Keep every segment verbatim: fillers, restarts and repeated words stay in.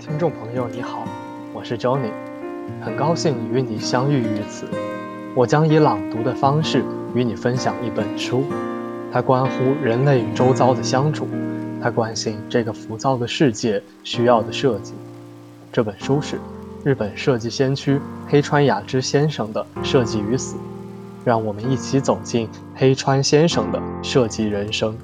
听众朋友你好，我是 Johnny， 很高兴与你相遇于此。我将以朗读的方式与你分享一本书，它关乎人类与周遭的相处，它关心这个浮躁的世界需要的设计。这本书是日本设计先驱黑川雅之先生的《设计与死》，让我们一起走进黑川先生的设计人生。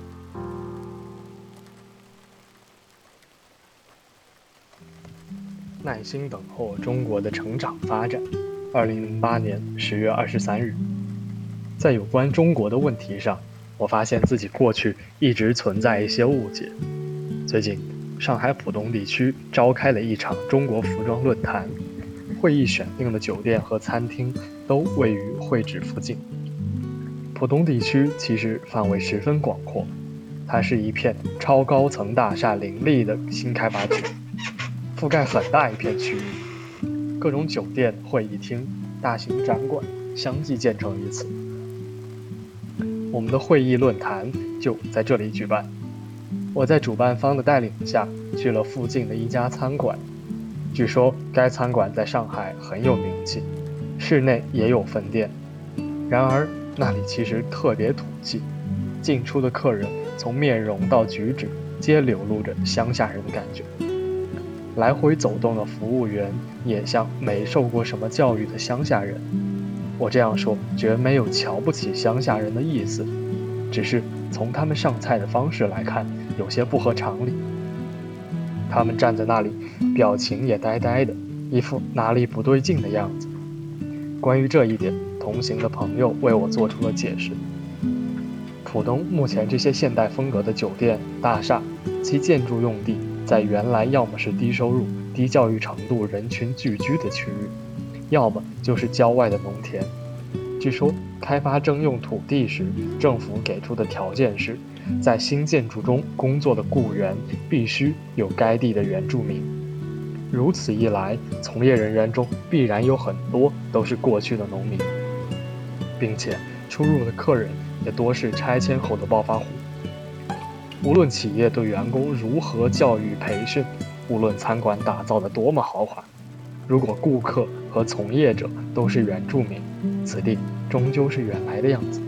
耐心等候中国的成长发展。二零零八年十月二十三日，在有关中国的问题上，我发现自己过去一直存在一些误解。最近，上海浦东地区召开了一场中国服装论坛，会议选定的酒店和餐厅都位于会址附近。浦东地区其实范围十分广阔，它是一片超高层大厦林立的新开发区，覆盖很大一片区域，各种酒店、会议厅、大型展馆相继建成于此。我们的会议论坛就在这里举办。我在主办方的带领下去了附近的一家餐馆，据说该餐馆在上海很有名气，市内也有分店。然而那里其实特别土气，进出的客人从面容到举止皆流露着乡下人的感觉。来回走动的服务员也像没受过什么教育的乡下人。我这样说绝没有瞧不起乡下人的意思，只是从他们上菜的方式来看，有些不合常理。他们站在那里，表情也呆呆的，一副哪里不对劲的样子。关于这一点，同行的朋友为我做出了解释。浦东目前这些现代风格的酒店大厦，其建筑用地在原来要么是低收入、低教育程度人群聚居的区域，要么就是郊外的农田。据说开发征用土地时，政府给出的条件是，在新建筑中工作的雇员必须有该地的原住民。如此一来，从业人员中必然有很多都是过去的农民，并且出入的客人也多是拆迁后的暴发户。无论企业对员工如何教育培训，无论餐馆打造得多么豪华，如果顾客和从业者都是原住民，此地终究是原来的样子。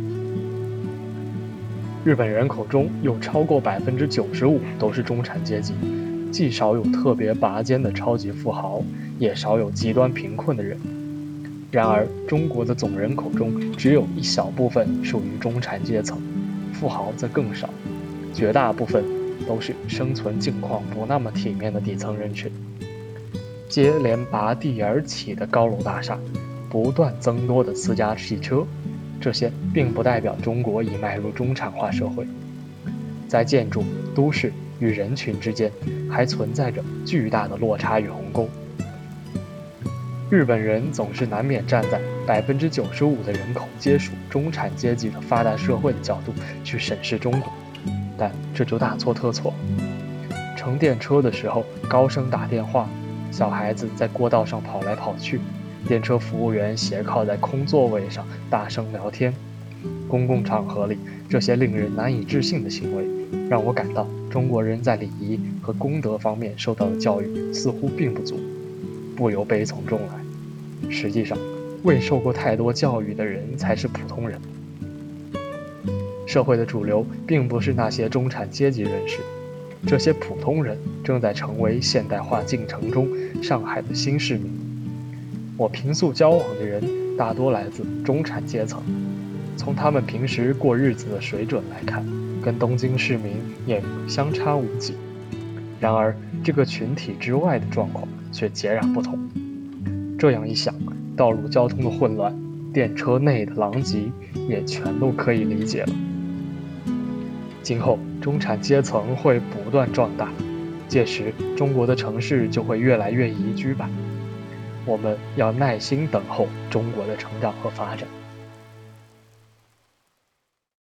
日本人口中有超过百分之九十五都是中产阶级，既少有特别拔尖的超级富豪，也少有极端贫困的人。然而，中国的总人口中只有一小部分属于中产阶层，富豪则更少，绝大部分都是生存境况不那么体面的底层人群。接连拔地而起的高楼大厦，不断增多的私家汽车，这些并不代表中国已迈入中产化社会。在建筑、都市与人群之间，还存在着巨大的落差与鸿沟。日本人总是难免站在百分之九十五的人口皆属中产阶级的发达社会的角度去审视中国，但这就大错特错。乘电车的时候高声打电话，小孩子在过道上跑来跑去，电车服务员斜靠在空座位上大声聊天。公共场合里这些令人难以置信的行为，让我感到中国人在礼仪和公德方面受到的教育似乎并不足，不由悲从中来。实际上，未受过太多教育的人才是普通人。社会的主流并不是那些中产阶级人士，这些普通人正在成为现代化进程中上海的新市民。我平素交往的人大多来自中产阶层，从他们平时过日子的水准来看，跟东京市民也相差无几。然而，这个群体之外的状况却截然不同。这样一想，道路交通的混乱，电车内的狼藉，也全都可以理解了。今后中产阶层会不断壮大，届时中国的城市就会越来越宜居吧。我们要耐心等候中国的成长和发展。